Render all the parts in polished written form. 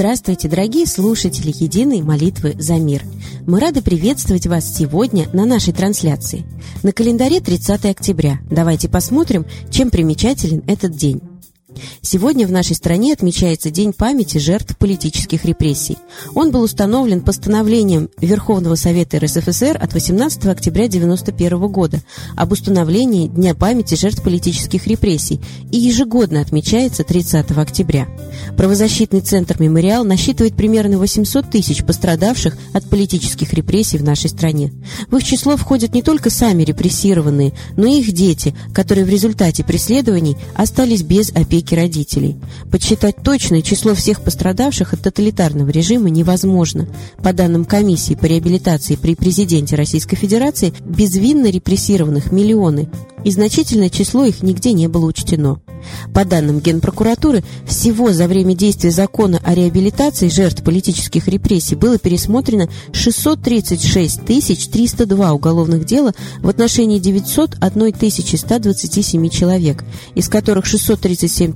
Здравствуйте, дорогие слушатели Единой молитвы за мир. Мы рады приветствовать вас сегодня на нашей трансляции. На календаре 30 октября. Давайте посмотрим, чем примечателен этот день. Сегодня в нашей стране отмечается День памяти жертв политических репрессий. Он был установлен постановлением Верховного Совета РСФСР от 18 октября 1991 года об установлении Дня памяти жертв политических репрессий и ежегодно отмечается 30 октября. Правозащитный центр «Мемориал» насчитывает примерно 800 тысяч пострадавших от политических репрессий в нашей стране. В их число входят не только сами репрессированные, но и их дети, которые в результате преследований остались без опеки родителей. Подсчитать точное число всех пострадавших от тоталитарного режима невозможно. По данным комиссии по реабилитации при президенте Российской Федерации, безвинно репрессированных миллионы, и значительное число их нигде не было учтено. По данным Генпрокуратуры, всего за время действия закона о реабилитации жертв политических репрессий было пересмотрено 636 302 уголовных дела в отношении 901 127 человек, из которых 637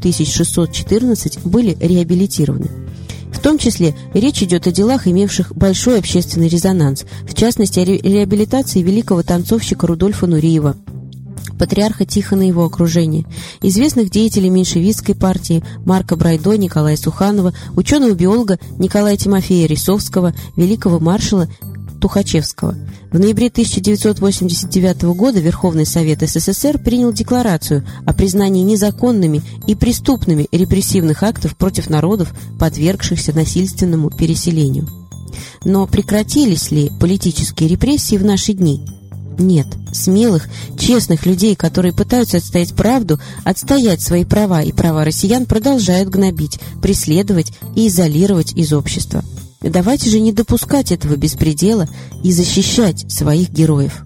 614 были реабилитированы. В том числе речь идет о делах, имевших большой общественный резонанс, в частности, о реабилитации великого танцовщика Рудольфа Нуриева, патриарха Тихона и его окружения, известных деятелей меньшевистской партии Марка Брайдо, Николая Суханова, ученого-биолога Николая Тимофея Рисовского, великого маршала Тухачевского. В ноябре 1989 года Верховный Совет СССР принял декларацию о признании незаконными и преступными репрессивных актов против народов, подвергшихся насильственному переселению. Но прекратились ли политические репрессии в наши дни? Нет, смелых, честных людей, которые пытаются отстоять правду, отстоять свои права и права россиян, продолжают гнобить, преследовать и изолировать из общества. Давайте же не допускать этого беспредела и защищать своих героев.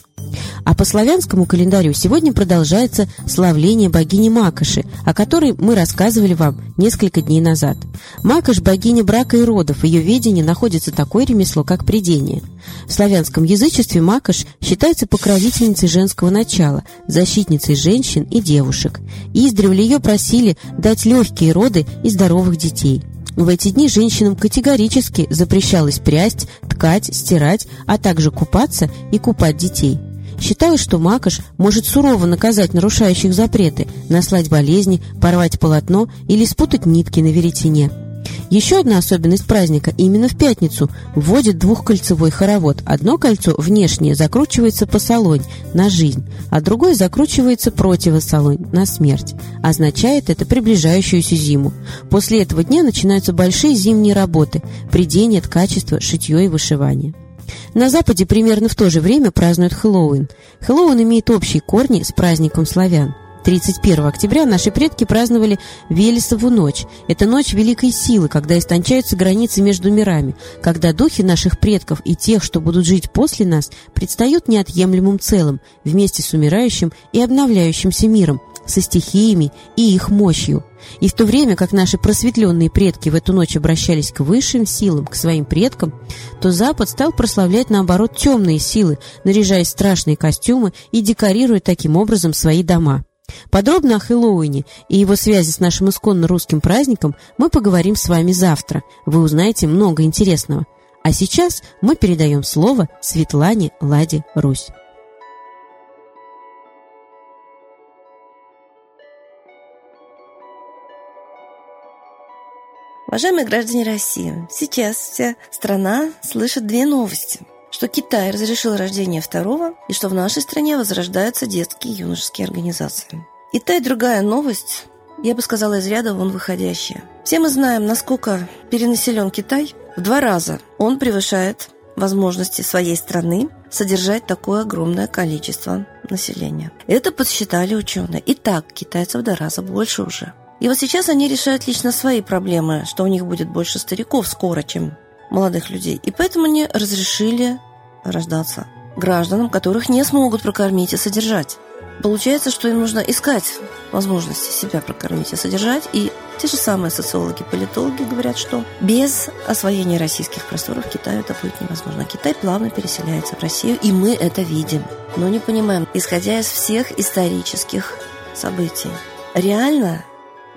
А по славянскому календарю сегодня продолжается славление богини Макоши, о которой мы рассказывали вам несколько дней назад. Макош – богиня брака и родов, в ее ведении находится такое ремесло, как прядение. В славянском язычестве Макош считается покровительницей женского начала, защитницей женщин и девушек. Издревле ее просили дать легкие роды и здоровых детей. В эти дни женщинам категорически запрещалось прясть, ткать, стирать, а также купаться и купать детей. Считалось, что Макош может сурово наказать нарушающих запреты, наслать болезни, порвать полотно или спутать нитки на веретене. Еще одна особенность праздника: именно в пятницу вводят двухкольцевой хоровод. Одно кольцо внешнее закручивается по солонь, на жизнь, а другое закручивается противосолонь, на смерть. Означает это приближающуюся зиму. После этого дня начинаются большие зимние работы: прядение, ткачество, шитье и вышивание. На Западе примерно в то же время празднуют Хэллоуин. Хэллоуин имеет общие корни с праздником славян. 31 октября наши предки праздновали Велесову ночь. Это ночь великой силы, когда истончаются границы между мирами, когда духи наших предков и тех, что будут жить после нас, предстают неотъемлемым целым, вместе с умирающим и обновляющимся миром, со стихиями и их мощью. И в то время, как наши просветленные предки в эту ночь обращались к высшим силам, к своим предкам, то Запад стал прославлять, наоборот, темные силы, наряжая страшные костюмы и декорируя таким образом свои дома. Подробно о Хэллоуине и его связи с нашим исконно русским праздником мы поговорим с вами завтра. Вы узнаете много интересного. А сейчас мы передаем слово Светлане Ладе Русь. Уважаемые граждане России, сейчас вся страна слышит две новости: что Китай разрешил рождение второго, и что в нашей стране возрождаются детские и юношеские организации. И та, и другая новость, я бы сказала, из ряда вон выходящая. Все мы знаем, насколько перенаселен Китай. В 2 раза он превышает возможности своей страны содержать такое огромное количество населения. Это подсчитали ученые. И так китайцев в 2 раза больше уже. И вот сейчас они решают лично свои проблемы, что у них будет больше стариков скоро, чем молодых людей. И поэтому они разрешили рождаться гражданам, которых не смогут прокормить и содержать. Получается, что им нужно искать возможности себя прокормить и содержать. И те же самые социологи, политологи говорят, что без освоения российских просторов Китаю это будет невозможно. Китай плавно переселяется в Россию, и мы это видим. Но не понимаем, исходя из всех исторических событий, реально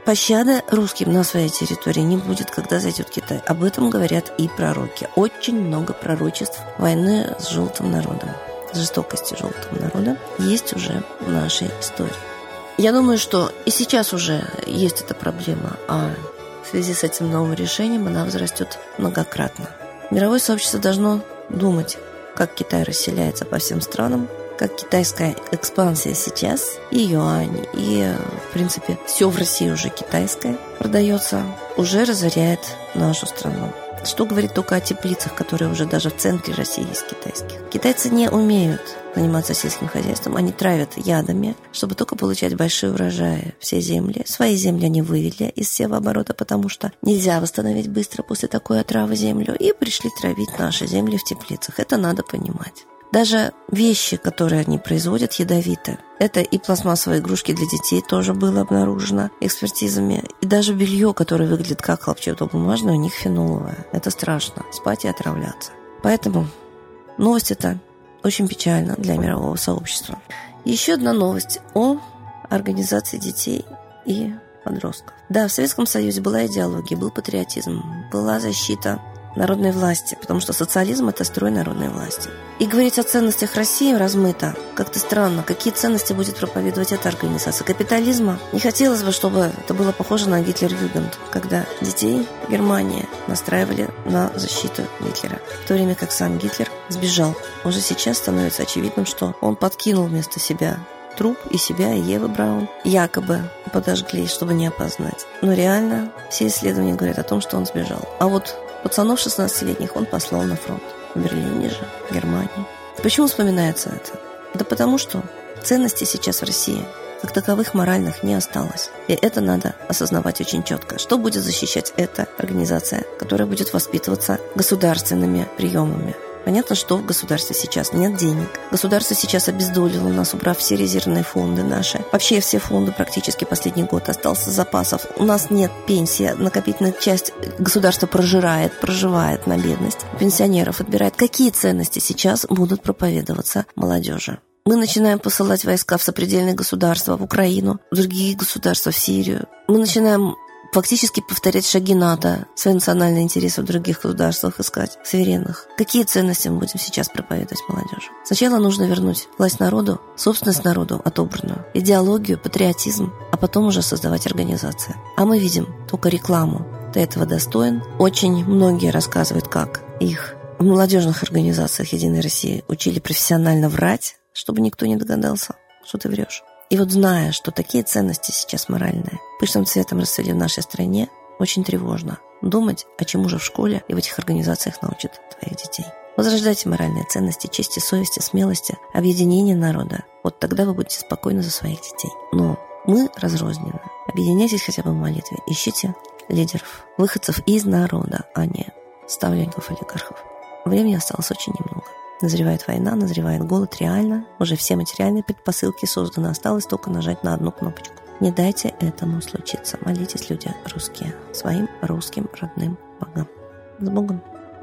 Пощады русским на своей территории не будет, когда зайдет Китай. Об этом говорят и пророки. Очень много пророчеств войны с желтым народом, жестокости желтого народа есть уже в нашей истории. Я думаю, что и сейчас уже есть эта проблема, а в связи с этим новым решением она возрастет многократно. Мировое сообщество должно думать, как Китай расселяется по всем странам, как китайская экспансия сейчас, и юань, и, в принципе, все в России уже китайское продается, уже разоряет нашу страну. Что говорить только о теплицах, которые уже даже в центре России есть китайских. Китайцы не умеют заниматься сельским хозяйством, они травят ядами, чтобы только получать большие урожаи. Все земли, свои земли они вывели из севооборота, потому что нельзя восстановить быстро после такой отравы землю, и пришли травить наши земли в теплицах. Это надо понимать. Даже вещи, которые они производят, ядовиты. Это и пластмассовые игрушки для детей тоже было обнаружено экспертизами. И даже белье, которое выглядит как хлопчатобумажное, у них феноловое. Это страшно. Спать и отравляться. Поэтому новость эта очень печальна для мирового сообщества. Еще одна новость о организации детей и подростков. Да, в Советском Союзе была идеология, был патриотизм, была защита народной власти, потому что социализм – это строй народной власти. И говорить о ценностях России размыто. Как-то странно. Какие ценности будет проповедовать эта организация? Капитализма? Не хотелось бы, чтобы это было похоже на Гитлер-Югенд, когда детей Германии настраивали на защиту Гитлера, в то время как сам Гитлер сбежал. Уже сейчас становится очевидным, что он подкинул вместо себя труп, и себя, и Евы Браун якобы подожгли, чтобы не опознать. Но реально все исследования говорят о том, что он сбежал. А вот пацанов 16-летних он послал на фронт. В Берлине же, в Германии. Почему вспоминается это? Да потому что ценностей сейчас в России как таковых моральных не осталось. И это надо осознавать очень четко. Что будет защищать эта организация, которая будет воспитываться государственными приемами? Понятно, что в государстве сейчас нет денег. Государство сейчас обездолило нас, убрав все резервные фонды наши. Вообще все фонды практически последний год остался запасов. У нас нет пенсии. Накопительная часть государства проживает на бедность. Пенсионеров отбирает. Какие ценности сейчас будут проповедоваться молодежи? Мы начинаем посылать войска в сопредельные государства, в Украину, в другие государства, в Сирию. Мы начинаем фактически повторять шаги НАТО, свои национальные интересы в других государствах искать, суверенных. Какие ценности мы будем сейчас проповедовать молодежи? Сначала нужно вернуть власть народу, собственность народу отобранную, идеологию, патриотизм, а потом уже создавать организации. А мы видим только рекламу. Ты этого достоин. Очень многие рассказывают, как их в молодежных организациях «Единой России» учили профессионально врать, чтобы никто не догадался, что ты врешь. И вот зная, что такие ценности сейчас моральные пышным цветом расцвели в нашей стране, очень тревожно думать, о чему же в школе и в этих организациях научат твоих детей. Возрождайте моральные ценности, чести, совести, смелости, объединения народа. Вот тогда вы будете спокойны за своих детей. Но мы разрознены. Объединяйтесь хотя бы в молитве. Ищите лидеров, выходцев из народа, а не ставленников олигархов. Времени осталось очень немного. Назревает война, назревает голод реально. Уже все материальные предпосылки созданы. Осталось только нажать на одну кнопочку. Не дайте этому случиться. Молитесь, люди русские, своим русским родным богам. С Богом!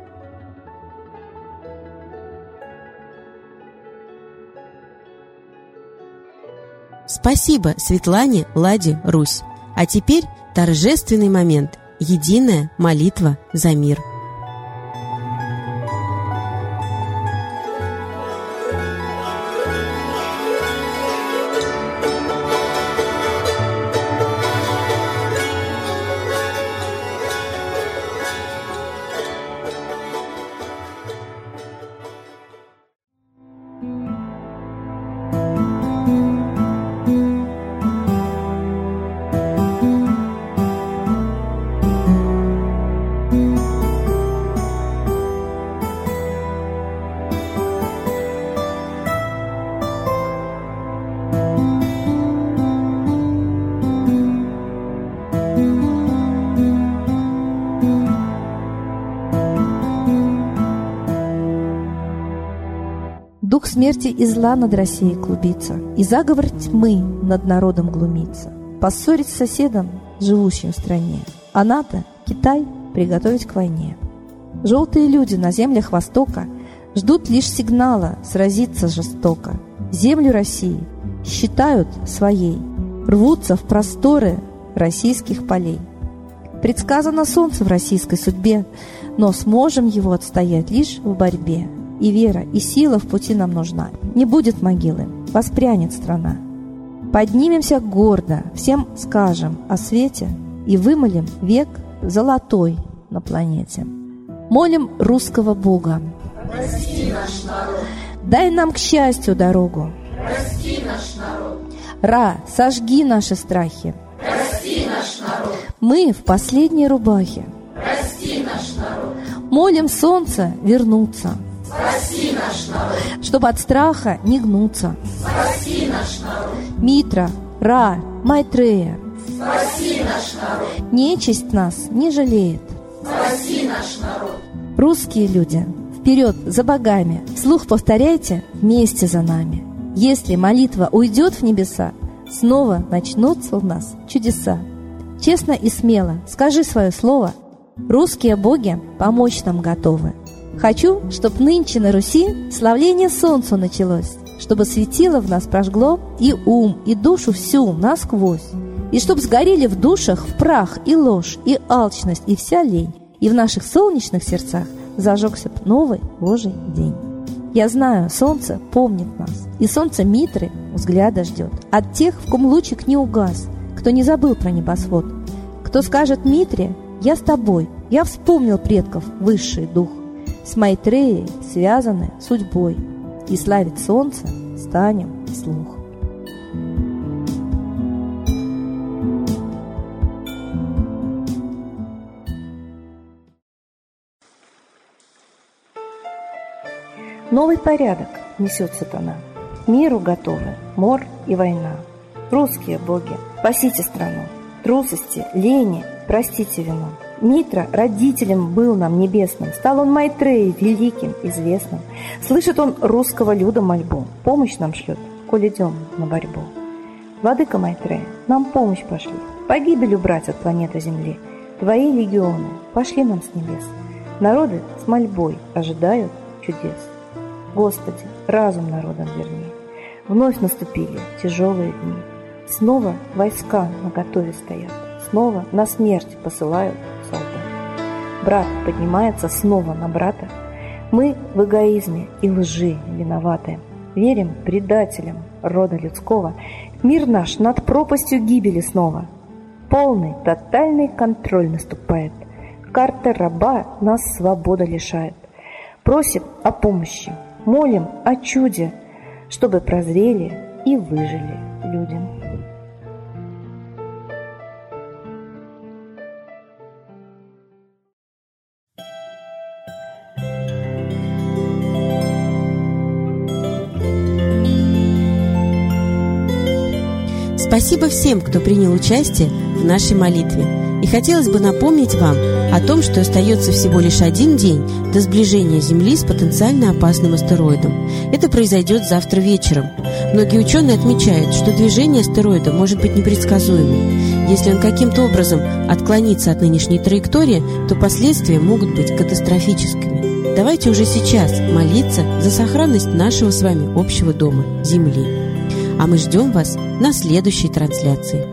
Спасибо Светлане Ладе Русь. А теперь торжественный момент. Единая молитва за мир. Дух смерти и зла над Россией клубится, и заговор тьмы над народом глумится. Поссорить с соседом, живущим в стране, а НАТО, Китай, приготовить к войне. Желтые люди на землях Востока ждут лишь сигнала сразиться жестоко. Землю России считают своей, рвутся в просторы российских полей. Предсказано солнце в российской судьбе, но сможем его отстоять лишь в борьбе. И вера, и сила в пути нам нужна. Не будет могилы, воспрянет страна. Поднимемся гордо, всем скажем о свете и вымолим век золотой на планете. Молим русского Бога. Прости наш народ. Дай нам к счастью дорогу. Прости наш народ. Ра, сожги наши страхи. Прости наш народ. Мы в последней рубахе. Прости наш народ. Молим солнце вернуться, Спаси наш народ. чтобы от страха не гнуться. Спаси наш народ. Митра, Ра, Майтрея, Спаси наш народ. нечисть нас не жалеет. Спаси наш народ. Русские люди, вперед за богами, вслух повторяйте вместе за нами. Если молитва уйдет в небеса, снова начнутся у нас чудеса. Честно и смело скажи свое слово. Русские боги помочь нам готовы. Хочу, чтоб нынче на Руси славление солнцу началось, чтобы светило в нас прожгло и ум, и душу всю насквозь, и чтоб сгорели в душах в прах и ложь, и алчность, и вся лень, и в наших солнечных сердцах зажегся б новый Божий день. Я знаю, солнце помнит нас, и солнце Митры взгляда ждет от тех, в ком лучик не угас, кто не забыл про небосвод, кто скажет Митре: «Я с тобой, я вспомнил предков высший дух». С Майтреей связаны судьбой, и славить солнце станем вслух. Новый порядок несет сатана. Миру готовы мор и война. Русские боги, спасите страну. Трусости, лени, простите вину. Митра родителем был нам небесным, стал он Майтреей великим, известным. Слышит он русского люда мольбу, помощь нам шлет, коль идем на борьбу. Владыка Майтрея, нам помощь пошли, погибель убрать от планеты Земли. Твои легионы пошли нам с небес. Народы с мольбой ожидают чудес. Господи, разум народам верни. Вновь наступили тяжелые дни. Снова войска наготове стоят. Снова на смерть посылают солдат. Брат поднимается снова на брата. Мы в эгоизме и лжи виноваты. Верим предателям рода людского. Мир наш над пропастью гибели снова. Полный, тотальный контроль наступает. Карта раба нас свобода лишает. Просим о помощи, молим о чуде, чтобы прозрели и выжили людям. Спасибо всем, кто принял участие в нашей молитве. И хотелось бы напомнить вам о том, что остается всего лишь один день до сближения Земли с потенциально опасным астероидом. Это произойдет завтра вечером. Многие ученые отмечают, что движение астероида может быть непредсказуемым. Если он каким-то образом отклонится от нынешней траектории, то последствия могут быть катастрофическими. Давайте уже сейчас молиться за сохранность нашего с вами общего дома – Земли. А мы ждем вас на следующей трансляции.